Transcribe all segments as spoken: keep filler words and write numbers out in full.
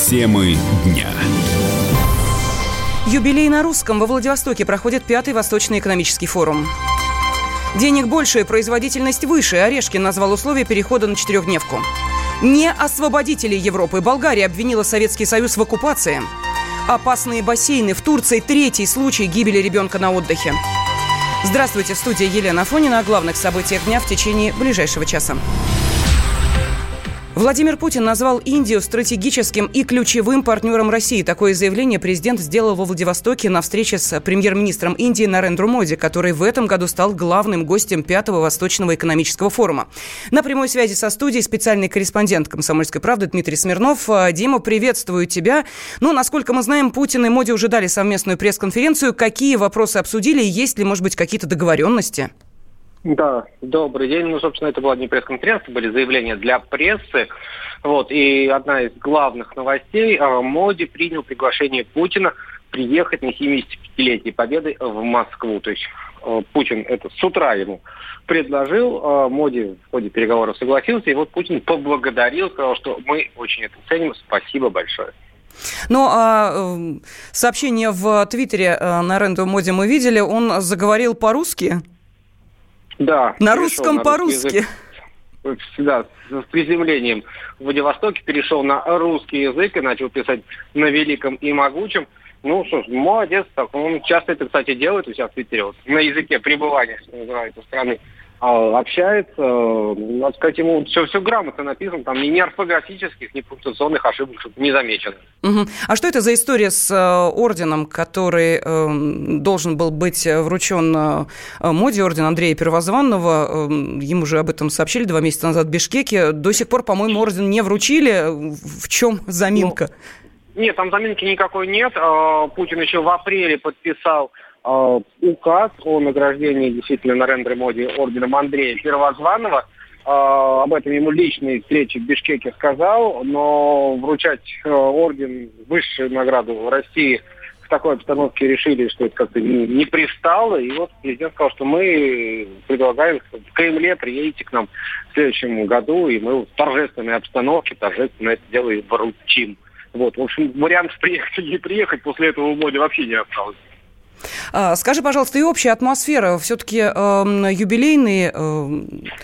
Темы дня. Юбилей на русском. Во Владивостоке проходит пятый Восточный экономический форум. Денег больше, производительность выше. Орешкин назвал условия перехода на четырехдневку. Не освободители Европы. Болгария обвинила Советский Союз в оккупации. Опасные бассейны. В Турции третий случай гибели ребенка на отдыхе. Здравствуйте, в студии Елена Афонина. О главных событиях дня в течение ближайшего часа. Владимир Путин назвал Индию стратегическим и ключевым партнером России. Такое заявление президент сделал во Владивостоке на встрече с премьер-министром Индии Нарендру Моди, который в этом году стал главным гостем пятого Восточного экономического форума. На прямой связи со студией специальный корреспондент «Комсомольской правды» Дмитрий Смирнов. Дима, приветствую тебя. Ну, насколько мы знаем, Путин и Моди уже дали совместную пресс-конференцию. Какие вопросы обсудили и есть ли, может быть, какие-то договоренности? Да, добрый день. Ну, собственно, это была не пресс-конференция, были заявления для прессы. Вот, и одна из главных новостей. Моди принял приглашение Путина приехать на семидесятипятилетие Победы в Москву. То есть Путин это с утра ему предложил, Моди в ходе переговоров согласился, и вот Путин поблагодарил, сказал, что мы очень это ценим, спасибо большое. Ну, а сообщение в Твиттере Нарендру Моди мы видели, он заговорил по-русски? Да. На русском на по-русски. Да, с приземлением в Владивостоке перешел на русский язык и начал писать на великом и могучем. Ну, что ж, молодец. Так, он часто это, кстати, делает у себя в Твиттере. Вот, на языке пребывания, что называется, страны общается. Надо сказать, ему все, все грамотно написано. Там ни орфографических, ни пунктуационных ошибок не замечено. Угу. А что это за история с э, орденом, который э, должен был быть вручен э, Моди, орден Андрея Первозванного? Э, ему же об этом сообщили два месяца назад в Бишкеке. До сих пор, по-моему, орден не вручили. В чем заминка? Ну, нет, там заминки никакой нет. Путин еще в апреле подписал указ о награждении действительно Нарендры Моди орденом Андрея Первозванного. Об этом ему личной встрече в Бишкеке сказал, но вручать орден, высшую награду в России в такой обстановке решили, что это как-то не, не пристало. И вот президент сказал, что мы предлагаем в Кремле приедете к нам в следующем году, и мы в торжественной обстановке торжественно это дело и вручим. Вот. В общем, вариант приехать или не приехать после этого у Моди вообще не осталось. Скажи, пожалуйста, и общая атмосфера. Все-таки э, юбилейные э,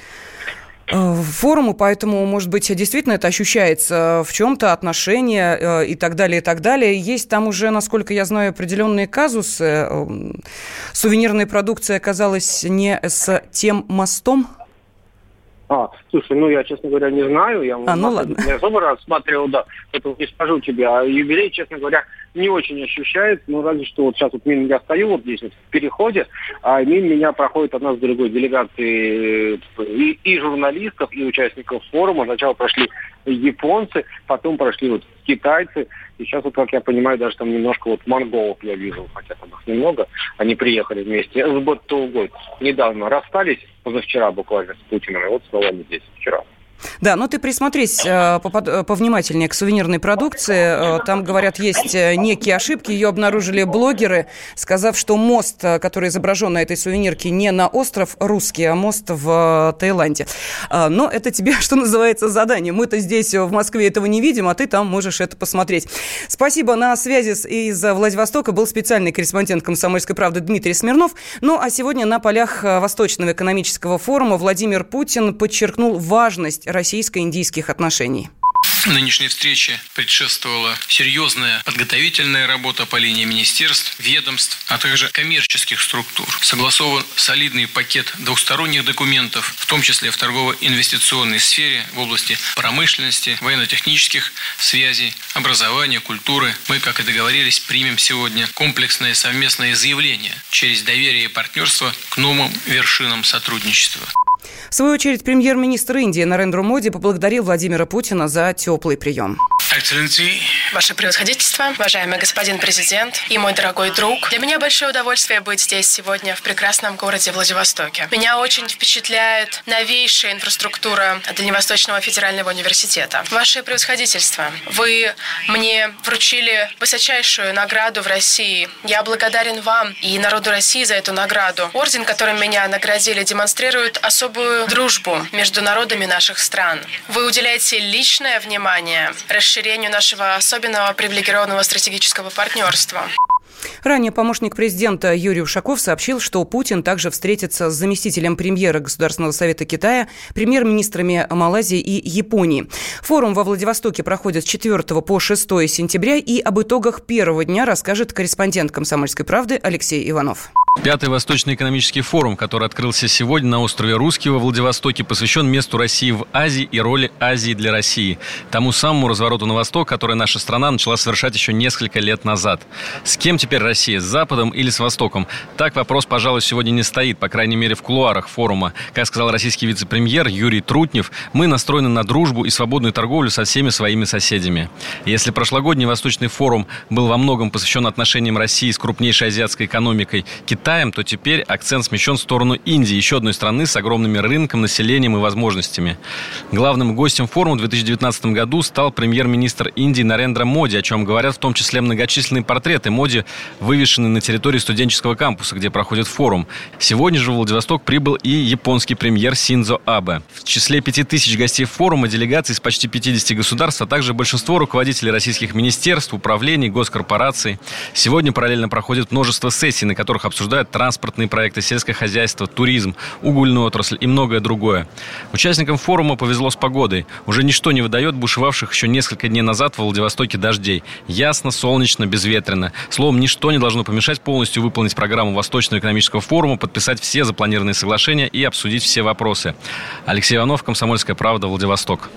э, форумы, поэтому, может быть, действительно это ощущается в чем-то, отношения э, и так далее, и так далее. Есть там уже, насколько я знаю, определенные казусы. Э, сувенирная продукция оказалась не с тем мостом. А, слушай, ну я, честно говоря, не знаю. Я а, ну ладно. не особо рассматривал, да. Поэтому не скажу тебе. А юбилей, честно говоря, не очень ощущает. Ну, разве что вот сейчас вот мимо я стою вот здесь вот в переходе, а мимо меня проходит одна с другой делегации и, и журналистов, и участников форума. Сначала прошли японцы, потом прошли вот китайцы. И сейчас, вот, как я понимаю, даже там немножко вот монголов я вижу, хотя там их немного. Они приехали вместе с Баттулгой. Недавно расстались, позавчера буквально с Путиным, и вот снова они здесь вчера. Да, но ты присмотрись э, повнимательнее к сувенирной продукции. Э, там, говорят, есть некие ошибки. Ее обнаружили блогеры, сказав, что мост, который изображен на этой сувенирке, не на остров русский, а мост в э, Таиланде. Э, но это тебе, что называется, задание. Мы-то здесь в Москве этого не видим, а ты там можешь это посмотреть. Спасибо. На связи из Владивостока был специальный корреспондент «Комсомольской правды» Дмитрий Смирнов. Ну, а сегодня на полях Восточного экономического форума Владимир Путин подчеркнул важность российско-индийских отношений. Нынешней встрече предшествовала серьезная подготовительная работа по линии министерств, ведомств, а также коммерческих структур. Согласован солидный пакет двухсторонних документов, в том числе в торгово-инвестиционной сфере, в области промышленности, военно-технических связей, образования, культуры. Мы, как и договорились, примем сегодня комплексное совместное заявление через доверие и партнерство к новым вершинам сотрудничества. В свою очередь, премьер-министр Индии Нарендру Моди поблагодарил Владимира Путина за теплый прием. Ваше превосходительство, уважаемый господин президент и мой дорогой друг, для меня большое удовольствие быть здесь сегодня в прекрасном городе Владивостоке. Меня очень впечатляет новейшая инфраструктура Дальневосточного федерального университета. Ваше превосходительство, вы мне вручили высочайшую награду в России. Я благодарен вам и народу России за эту награду. Орден, которым меня наградили, демонстрирует особую дружбу между народами наших стран. Вы уделяете личное внимание расширению расширению нашего особенного привилегированного стратегического партнерства. Ранее помощник президента Юрий Ушаков сообщил, что Путин также встретится с заместителем премьера Государственного совета Китая, премьер-министрами Малайзии и Японии. Форум во Владивостоке проходит с четвёртого по шестое сентября, и об итогах первого дня расскажет корреспондент «Комсомольской правды» Алексей Иванов. Пятый Восточный экономический форум, который открылся сегодня на острове Русский во Владивостоке, посвящен месту России в Азии и роли Азии для России. Тому самому развороту на восток, который наша страна начала совершать еще несколько лет назад. С кем теперь Россия? С Западом или с Востоком? Так вопрос, пожалуй, сегодня не стоит, по крайней мере, в кулуарах форума. Как сказал российский вице-премьер Юрий Трутнев, мы настроены на дружбу и свободную торговлю со всеми своими соседями. Если прошлогодний Восточный форум был во многом посвящен отношениям России с крупнейшей азиатской экономикой Китаем, то теперь акцент смещен в сторону Индии, еще одной страны с огромным рынком, населением и возможностями. Главным гостем форума в две тысячи девятнадцатом году стал премьер-министр Индии Нарендра Моди, о чем говорят в том числе многочисленные портреты Моди, вывешенные на территории студенческого кампуса, где проходит форум. Сегодня же в Владивосток прибыл и японский премьер Синдзо Абе. В числе пяти тысяч гостей форума делегации из почти пятидесяти государств, а также большинство руководителей российских министерств, управлений, госкорпораций. Сегодня параллельно проходит множество сессий, на которых обсуждают транспортные проекты, сельское хозяйство, туризм, угольную отрасль и многое другое. Участникам форума повезло с погодой. Уже ничто не выдает бушевавших еще несколько дней назад в Владивостоке дождей. Ясно, солнечно, безветренно. Словом, ничто не должно помешать полностью выполнить программу Восточного экономического форума, подписать все запланированные соглашения и обсудить все вопросы. Алексей Иванов, «Комсомольская правда», Владивосток.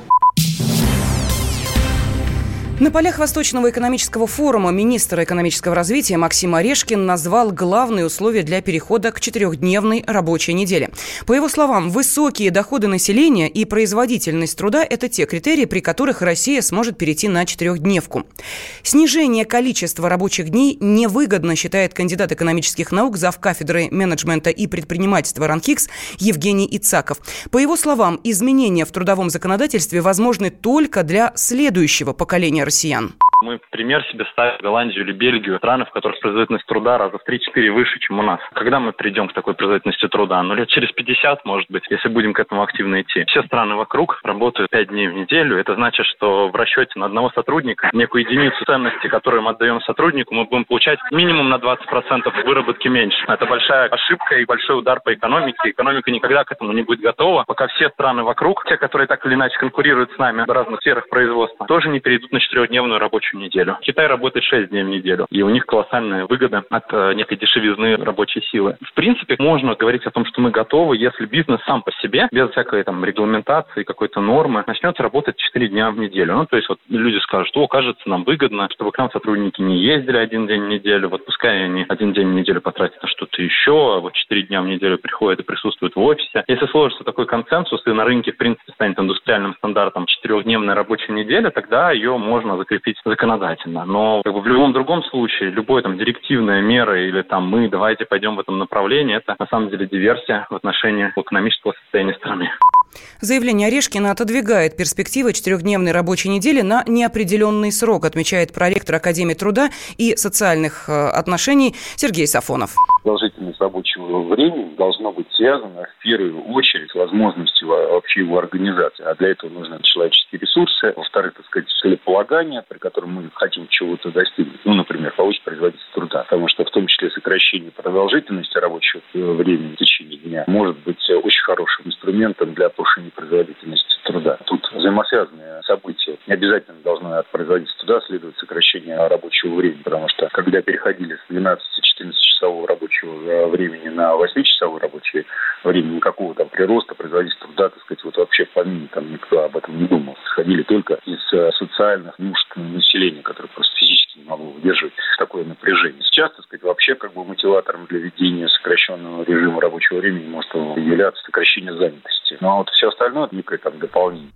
На полях Восточного экономического форума министр экономического развития Максим Орешкин назвал главные условия для перехода к четырехдневной рабочей неделе. По его словам, высокие доходы населения и производительность труда – это те критерии, при которых Россия сможет перейти на четырехдневку. Снижение количества рабочих дней невыгодно, считает кандидат экономических наук, завкафедры менеджмента и предпринимательства РАНХИКС Евгений Ицаков. По его словам, изменения в трудовом законодательстве возможны только для следующего поколения россиян. Мы в пример себе ставим Голландию или Бельгию, страны, в которых производительность труда раза в три-четыре выше, чем у нас. Когда мы придем к такой производительности труда? Ну, лет через пятьдесят, может быть, если будем к этому активно идти. Все страны вокруг работают пять дней в неделю. Это значит, что в расчете на одного сотрудника некую единицу ценности, которую мы отдаем сотруднику, мы будем получать минимум на двадцать процентов выработки меньше. Это большая ошибка и большой удар по экономике. Экономика никогда к этому не будет готова, пока все страны вокруг, те, которые так или иначе конкурируют с нами в разных сферах производства, тоже не перейдут на четырехдневную рабочую неделю. Китай работает шесть дней в неделю, и у них колоссальная выгода от э, некой дешевизны рабочей силы. В принципе, можно говорить о том, что мы готовы, если бизнес сам по себе, без всякой там регламентации, какой-то нормы, начнет работать четыре дня в неделю. Ну, то есть вот люди скажут, что, кажется, нам выгодно, чтобы к нам сотрудники не ездили один день в неделю, вот пускай они один день в неделю потратят на что-то еще, а вот четыре дня в неделю приходят и присутствуют в офисе. Если сложится такой консенсус, и на рынке, в принципе, станет индустриальным стандартом четырехдневная рабочая неделя, тогда ее можно закрепить законодательно. Но как бы, в любом другом случае, любой там директивная мера или там мы давайте пойдем в этом направлении, это на самом деле диверсия в отношении экономического состояния страны. Заявление Орешкина отодвигает перспективы четырехдневной рабочей недели на неопределенный срок, отмечает проректор Академии труда и социальных отношений Сергей Сафонов. Продолжительность рабочего времени должна быть связана в первую очередь с возможностью вообще его организации. А для этого нужны человеческие ресурсы. Во-вторых, так сказать, целеполагание, при котором мы хотим чего-то достигнуть. Ну, например, повысить производительность труда. Потому что в том числе сокращение продолжительности рабочего времени в течение дня может быть очень хорошим инструментом для повышения производительности труда. Тут взаимосвязанные события. Не обязательно должно от производительности труда следовать сокращение рабочего времени. Потому что когда переходили с двенадцати-четырнадцатичасового рабочего времени на восьмичасовое рабочее время, никакого там прироста производительности труда, так сказать, вот вообще в помине там никто об этом не думал. Сходили только из социальных нужд населения, которое просто физически не могло выдерживать такое напряжение. Сейчас, так сказать, вообще как бы мотиватором для введения сокращенного режима рабочего времени может являться сокращение занятости. Ну а вот все остальное это некое там дополнение.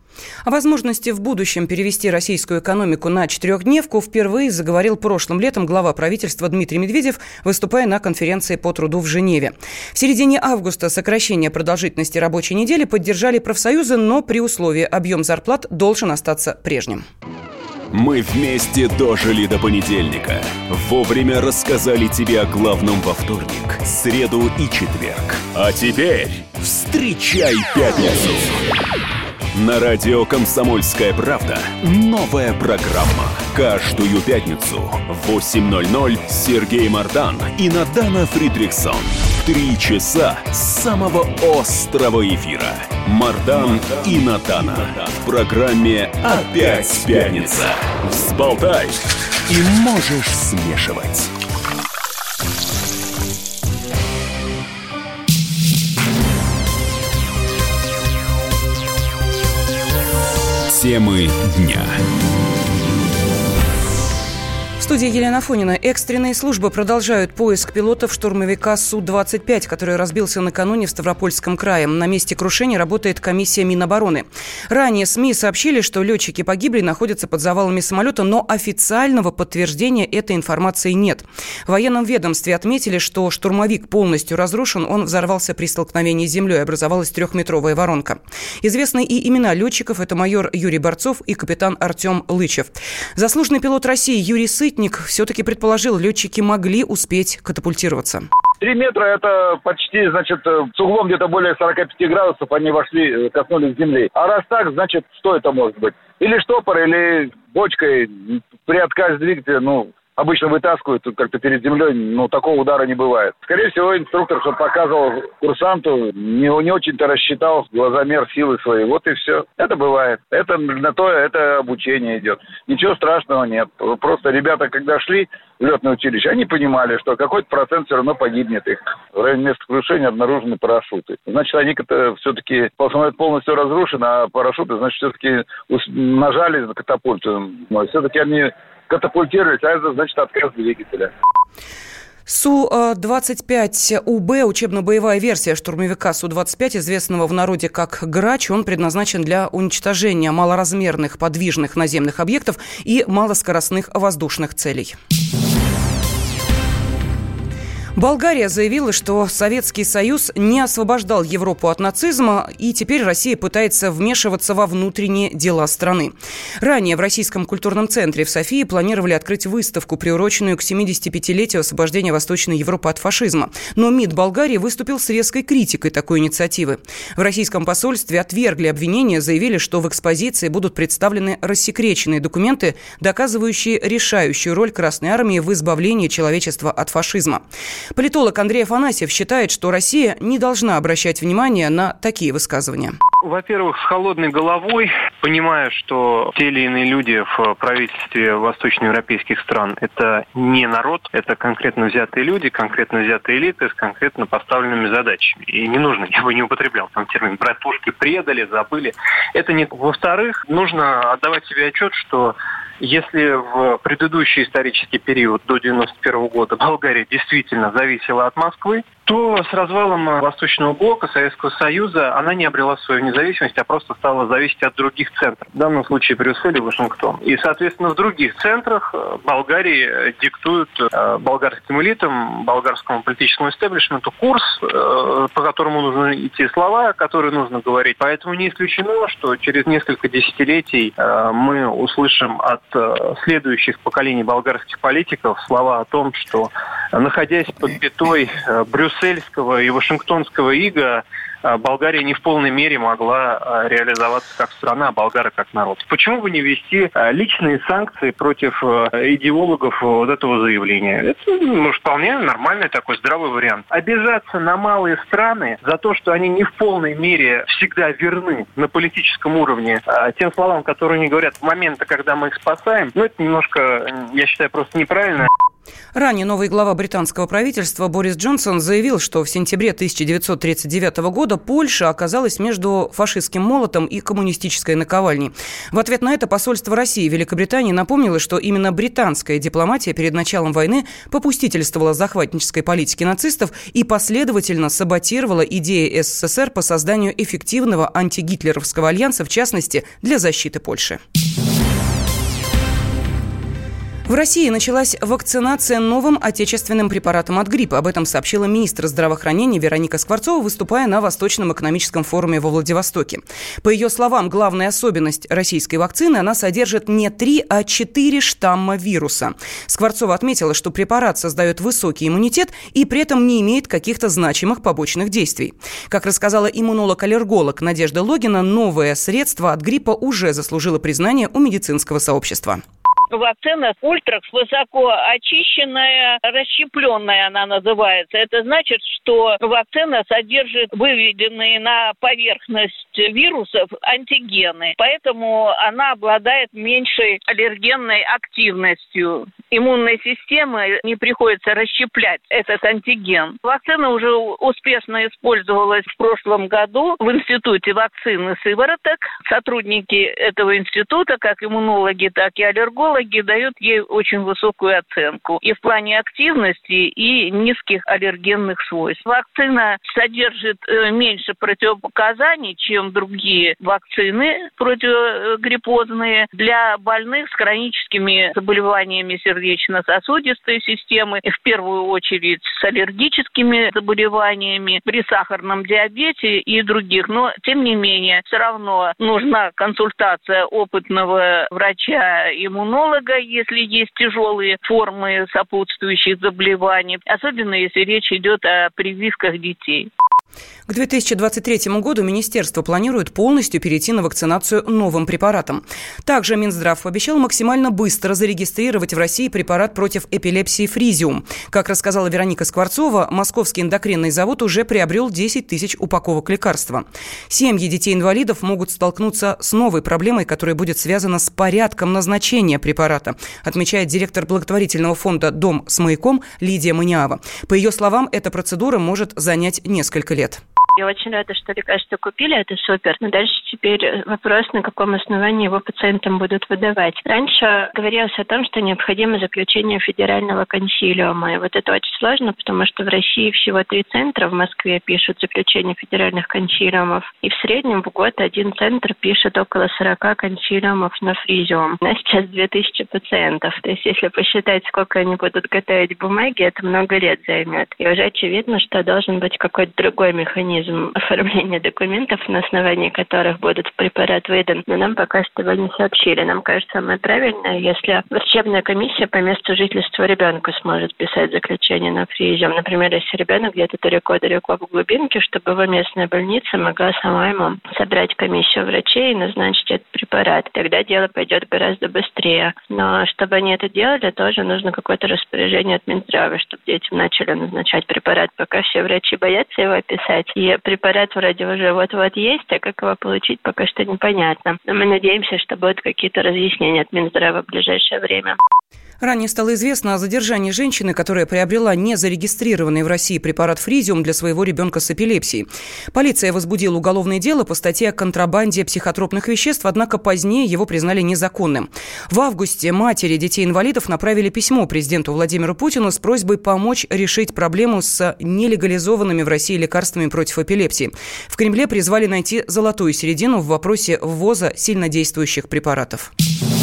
О возможности в будущем перевести российскую экономику на четырехдневку впервые заговорил прошлым летом глава правительства Дмитрий Медведев, выступая на конференции по труду в Женеве. В середине августа сокращение продолжительности рабочей недели поддержали профсоюзы, но при условии объем зарплат должен остаться прежним. Мы вместе дожили до понедельника. Вовремя рассказали тебе о главном во вторник, среду и четверг. А теперь встречай пятницу. На радио «Комсомольская правда» новая программа. Каждую пятницу в восемь ноль ноль Сергей Мардан и Надана Фридрихсон. Три часа самого острого эфира. Мардан и Надана. В программе «Опять пятница». Взболтай и можешь смешивать. Темы дня. В студии Елена Афонина. Экстренные службы продолжают поиск пилотов штурмовика Су двадцать пять, который разбился накануне в Ставропольском крае. На месте крушения работает комиссия Минобороны. Ранее СМИ сообщили, что летчики погибли, находятся под завалами самолета, но официального подтверждения этой информации нет. В военном ведомстве отметили, что штурмовик полностью разрушен, он взорвался при столкновении с землей, образовалась трехметровая воронка. Известны и имена летчиков, это майор Юрий Борцов и капитан Артем Лычев. Заслуженный пилот России Юрий Сытник все-таки предположил, летчики могли успеть катапультироваться. Три метра – это почти, значит, с углом где-то более сорок пять градусов они вошли, коснулись земли. А раз так, значит, что это может быть? Или штопор, или бочкой при отказе двигателя, ну, обычно вытаскивают как-то перед землей, но такого удара не бывает. Скорее всего, инструктор, что показывал курсанту, не, не очень-то рассчитал глазомер силы своей. Вот и все. Это бывает. Это на то, это обучение идет. Ничего страшного нет. Просто ребята, когда шли в летное училище, они понимали, что какой-то процент все равно погибнет их. В районе места крушения обнаружены парашюты. Значит, они все-таки, самолет полностью разрушен, а парашюты, значит, все-таки нажали на катапульту. Но все-таки они катапультировались, а это значит отказ двигателя. Су двадцать пять У Б, учебно-боевая версия штурмовика Су двадцать пять, известного в народе как «Грач», он предназначен для уничтожения малоразмерных подвижных наземных объектов и малоскоростных воздушных целей. Болгария заявила, что Советский Союз не освобождал Европу от нацизма, и теперь Россия пытается вмешиваться во внутренние дела страны. Ранее в Российском культурном центре в Софии планировали открыть выставку, приуроченную к семидесятипятилетию освобождения Восточной Европы от фашизма. Но МИД Болгарии выступил с резкой критикой такой инициативы. В российском посольстве отвергли обвинения, заявили, что в экспозиции будут представлены рассекреченные документы, доказывающие решающую роль Красной Армии в избавлении человечества от фашизма. Политолог Андрей Афанасьев считает, что Россия не должна обращать внимание на такие высказывания. Во-первых, с холодной головой, понимая, что те или иные люди в правительстве восточноевропейских стран – это не народ, это конкретно взятые люди, конкретно взятые элиты с конкретно поставленными задачами. И не нужно, я бы не употреблял там термин «братушки предали, забыли». Это не... Во-вторых, нужно отдавать себе отчет, что если в предыдущий исторический период до девяносто первого года Болгария действительно зависела от Москвы, то с развалом Восточного блока Советского Союза она не обрела свою независимость, а просто стала зависеть от других центров. В данном случае Брюссель и Вашингтон. И, соответственно, в других центрах Болгарии диктуют болгарским элитам, болгарскому политическому истеблишменту курс, по которому нужно идти, слова, которые нужно говорить. Поэтому не исключено, что через несколько десятилетий мы услышим от следующих поколений болгарских политиков слова о том, что, находясь под пятой брюссельского и вашингтонского ига, Болгария не в полной мере могла реализоваться как страна, а болгары как народ. Почему бы не ввести личные санкции против идеологов вот этого заявления? Это, ну, вполне нормальный такой здравый вариант. Обижаться на малые страны за то, что они не в полной мере всегда верны на политическом уровне тем словам, которые они говорят в моменты, когда мы их спасаем, ну, это немножко, я считаю, просто неправильно. Ранее новый глава британского правительства Борис Джонсон заявил, что в сентябре тысяча девятьсот тридцать девятого года Польша оказалась между фашистским молотом и коммунистической наковальней. В ответ на это посольство России в Великобритании напомнило, что именно британская дипломатия перед началом войны попустительствовала захватнической политике нацистов и последовательно саботировала идеи СССР по созданию эффективного антигитлеровского альянса, в частности, для защиты Польши. В России началась вакцинация новым отечественным препаратом от гриппа. Об этом сообщила министр здравоохранения Вероника Скворцова, выступая на Восточном экономическом форуме во Владивостоке. По ее словам, главная особенность российской вакцины – она содержит не три, а четыре штамма вируса. Скворцова отметила, что препарат создает высокий иммунитет и при этом не имеет каких-то значимых побочных действий. Как рассказала иммунолог-аллерголог Надежда Логина, новое средство от гриппа уже заслужило признание у медицинского сообщества. Вакцина Ультракс высоко очищенная, расщепленная она называется. Это значит, что вакцина содержит выведенные на поверхность вирусов антигены. Поэтому она обладает меньшей аллергенной активностью. Иммунной системе не приходится расщеплять этот антиген. Вакцина уже успешно использовалась в прошлом году в Институте вакцины сывороток. Сотрудники этого института, как иммунологи, так и аллергологи, дают ей очень высокую оценку и в плане активности, и низких аллергенных свойств. Вакцина содержит меньше противопоказаний, чем другие вакцины противогриппозные для больных с хроническими заболеваниями сердечно-сосудистой системы, и в первую очередь с аллергическими заболеваниями, при сахарном диабете и других. Но, тем не менее, все равно нужна консультация опытного врача-иммунолога, если есть тяжелые формы сопутствующих заболеваний, особенно если речь идет о прививках детей. К две тысячи двадцать третьему году министерство планирует полностью перейти на вакцинацию новым препаратом. Также Минздрав пообещал максимально быстро зарегистрировать в России препарат против эпилепсии Фризиум. Как рассказала Вероника Скворцова, Московский эндокринный завод уже приобрел десять тысяч упаковок лекарства. Семьи детей-инвалидов могут столкнуться с новой проблемой, которая будет связана с порядком назначения препарата, отмечает директор благотворительного фонда «Дом с маяком» Лидия Маниава. По ее словам, эта процедура может занять несколько лет. Я очень рада, что лекарство купили, это супер. Но дальше теперь вопрос, на каком основании его пациентам будут выдавать. Раньше говорилось о том, что необходимо заключение федерального консилиума. И вот это очень сложно, потому что в России всего три центра в Москве пишут заключение федеральных консилиумов. И в среднем в год один центр пишет около сорока консилиумов на Фризиум. У нас сейчас две тысячи пациентов. То есть если посчитать, сколько они будут готовить бумаги, это много лет займет. И уже очевидно, что должен быть какой-то другой механизм оформления документов, на основании которых будет препарат выдан, но нам пока что его не сообщили. Нам кажется, самое правильное, если врачебная комиссия по месту жительства ребенка сможет писать заключение на Фризиум. Например, если ребенок где-то далеко-далеко в глубинке, чтобы его местная больница могла сама ему собрать комиссию врачей и назначить этот препарат. Тогда дело пойдет гораздо быстрее. Но чтобы они это делали, тоже нужно какое-то распоряжение от Минздрава, чтобы детям начали назначать препарат. Пока все врачи боятся его писать, и препарат вроде уже вот-вот есть, а как его получить, пока что непонятно. Но мы надеемся, что будут какие-то разъяснения от Минздрава в ближайшее время. Ранее стало известно о задержании женщины, которая приобрела незарегистрированный в России препарат Фризиум для своего ребенка с эпилепсией. Полиция возбудила уголовное дело по статье о контрабанде психотропных веществ, однако позднее его признали незаконным. В августе матери детей-инвалидов направили письмо президенту Владимиру Путину с просьбой помочь решить проблему с нелегализованными в России лекарствами против эпилепсии. В Кремле призвали найти золотую середину в вопросе ввоза сильнодействующих препаратов.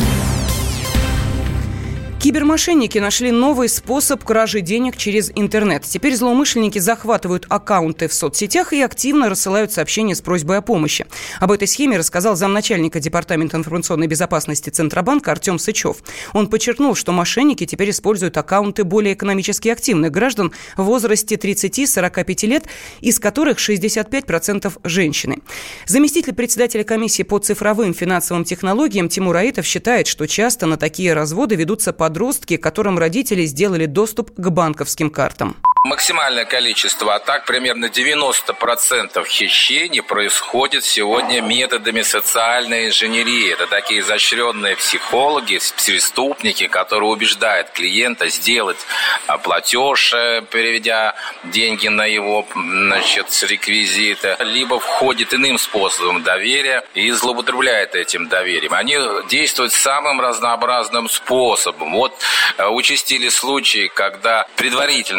Кибермошенники нашли новый способ кражи денег через интернет. Теперь злоумышленники захватывают аккаунты в соцсетях и активно рассылают сообщения с просьбой о помощи. Об этой схеме рассказал замначальника Департамента информационной безопасности Центробанка Артем Сычев. Он подчеркнул, что мошенники теперь используют аккаунты более экономически активных граждан в возрасте тридцати-сорока пяти лет, из которых шестьдесят пять процентов женщины. Заместитель председателя комиссии по цифровым финансовым технологиям Тимур Аитов считает, что часто на такие разводы ведутся по подростки, которым родители сделали доступ к банковским картам. Максимальное количество атак, примерно девяносто процентов хищений, происходит сегодня методами социальной инженерии. Это такие изощренные психологи, преступники, которые убеждают клиента сделать платеж, переведя деньги на его, значит, реквизиты, либо входит иным способом доверия и злоупотребляет этим доверием. Они действуют самым разнообразным способом. Вот участились случаи, когда предварительно взломали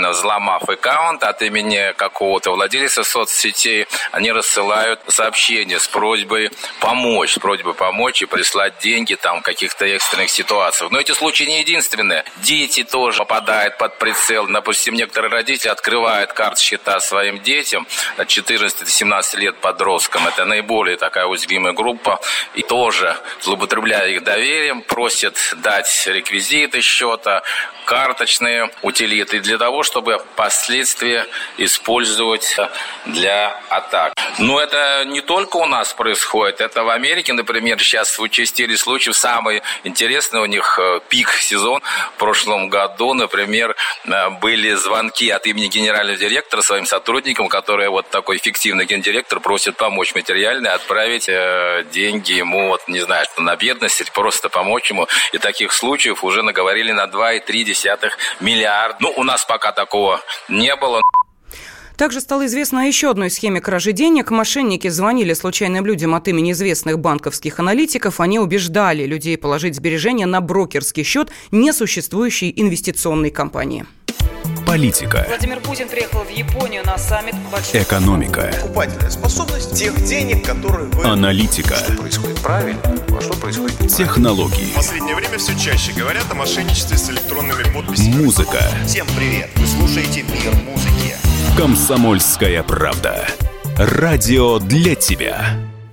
спамов аккаунт от имени какого-то владельца соцсетей. Они рассылают сообщения с просьбой помочь, с просьбой помочь и прислать деньги там в каких-то экстренных ситуациях. Но эти случаи не единственные. Дети тоже попадают под прицел. Допустим, некоторые родители открывают карты счета своим детям от четырнадцати до семнадцати лет подросткам. Это наиболее такая уязвимая группа. И тоже, злоупотребляя их доверием, просят дать реквизиты счета, карточные утилиты для того, чтобы впоследствии использовать для атак. Но это не только у нас происходит. Это в Америке, например, сейчас участились случаи. Самый интересный у них пик сезон в прошлом году, например, были звонки от имени генерального директора своим сотрудникам, которые вот такой фиктивный гендиректор просит помочь материально, отправить э, деньги ему, вот не знаю, что на бедность, или просто помочь ему. И таких случаев уже наговорили на два и три десятых миллиарда. Ну, у нас пока такого не было. Также стало известно о еще одной схеме кражи денег. Мошенники звонили случайным людям от имени известных банковских аналитиков. Они убеждали людей положить сбережения на брокерский счет несуществующей инвестиционной компании. Политика. Владимир Путин приехал в Японию на саммит большой... Экономика. Покупательная способность тех денег, которые вы... Аналитика. Что происходит правильно, а что происходит неправильно. Технологии. В последнее время все чаще говорят о мошенничестве с электронными подписями. Музыка. Всем привет! Вы слушаете «Мир музыки». Комсомольская правда. Радио для тебя.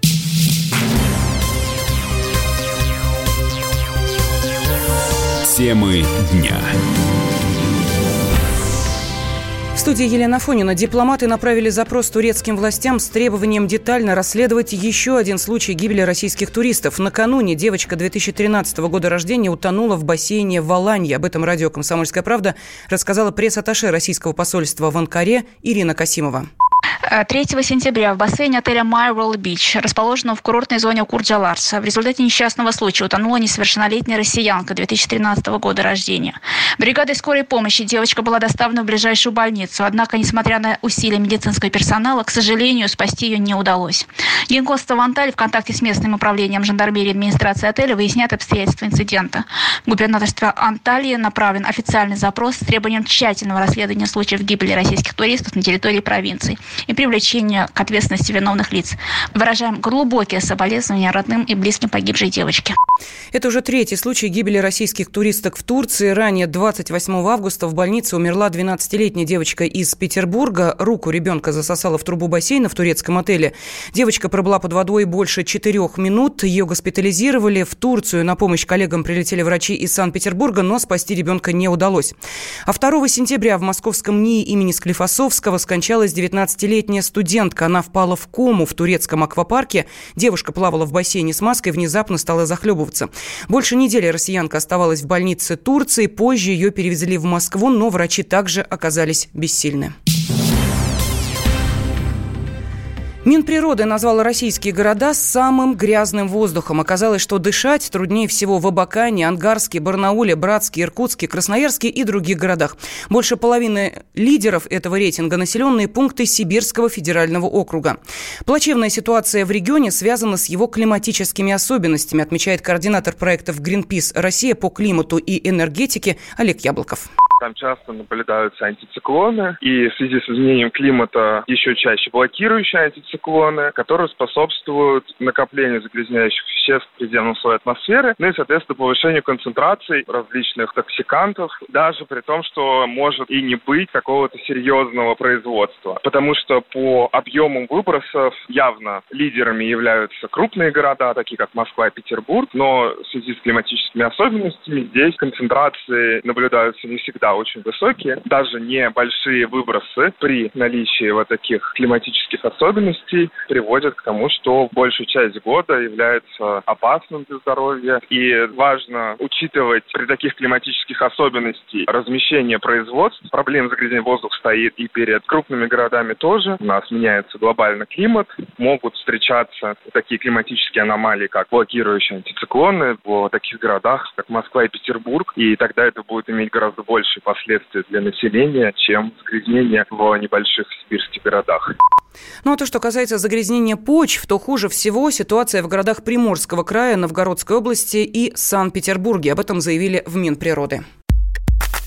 Темы дня. В студии Елена Афонина. Дипломаты направили запрос турецким властям с требованием детально расследовать еще один случай гибели российских туристов. Накануне девочка две тысячи тринадцатого года рождения утонула в бассейне в Аланье. Об этом радио «Комсомольская правда» рассказала пресс-атташе российского посольства в Анкаре Ирина Касимова. третьего сентября в бассейне отеля My Royal Beach, расположенного в курортной зоне Курджаларс, в результате несчастного случая утонула несовершеннолетняя россиянка две тысячи тринадцатого года рождения. Бригадой скорой помощи девочка была доставлена в ближайшую больницу, однако, несмотря на усилия медицинского персонала, к сожалению, спасти ее не удалось. Генконсульство в Анталии в контакте с местным управлением жандармерии и администрации отеля выясняет обстоятельства инцидента. В губернаторство Анталии направлен официальный запрос с требованием тщательного расследования случаев гибели российских туристов на территории провинции и привлечения к ответственности виновных лиц. Выражаем глубокие соболезнования родным и близким погибшей девочки. Это уже третий случай гибели российских туристок в Турции. Ранее, двадцать восьмого августа, в больнице умерла двенадцатилетняя девочка из Петербурга. Руку ребенка засосала в трубу бассейна в турецком отеле. Девочка пробыла под водой больше четырех минут. Ее госпитализировали. В Турцию на помощь коллегам прилетели врачи из Санкт-Петербурга, но спасти ребенка не удалось. А второго сентября в московском НИИ имени Склифосовского скончалась девятнадцатилетняя студентка. Она впала в кому в турецком аквапарке. Девушка плавала в бассейне с маской, внезапно стала захлебываться. Больше недели россиянка оставалась в больнице Турции. Позже ее перевезли в Москву, но врачи также оказались бессильны. Минприроды назвала российские города самым грязным воздухом. Оказалось, что дышать труднее всего в Абакане, Ангарске, Барнауле, Братске, Иркутске, Красноярске и других городах. Больше половины лидеров этого рейтинга – населенные пункты Сибирского федерального округа. Плачевная ситуация в регионе связана с его климатическими особенностями, отмечает координатор проектов Greenpeace Россия по климату и энергетике Олег Яблоков. Там часто наблюдаются антициклоны, и в связи с изменением климата еще чаще блокирующие антициклоны, которые способствуют накоплению загрязняющих веществ в предельном слое атмосферы, ну и, соответственно, повышению концентраций различных токсикантов, даже при том, что может и не быть какого-то серьезного производства. Потому что по объемам выбросов явно лидерами являются крупные города, такие как Москва и Петербург, но в связи с климатическими особенностями здесь концентрации наблюдаются не всегда очень высокие. Даже небольшие выбросы при наличии вот таких климатических особенностей приводят к тому, что большую часть года является опасным для здоровья. И важно учитывать при таких климатических особенностях размещение производств. Проблема загрязнения воздуха стоит и перед крупными городами тоже. У нас меняется глобальный климат. Могут встречаться такие климатические аномалии, как блокирующие антициклоны в таких городах, как Москва и Петербург. И тогда это будет иметь гораздо больше последствия для населения, чем загрязнение в небольших сибирских городах. Ну а то, что касается загрязнения почв, то хуже всего ситуация в городах Приморского края, Новгородской области и Санкт-Петербурге. Об этом заявили в Минприроды.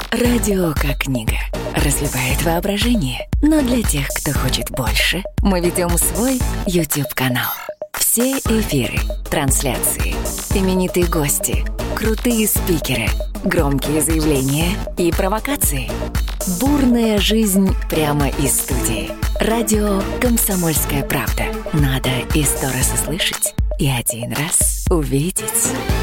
Радио как книга. Разливает воображение. Но для тех, кто хочет больше, мы ведем свой YouTube-канал. Все эфиры, трансляции, именитые гости, крутые спикеры, громкие заявления и провокации. Бурная жизнь прямо из студии. Радио «Комсомольская правда». Надо и сто раз услышать, и один раз увидеть.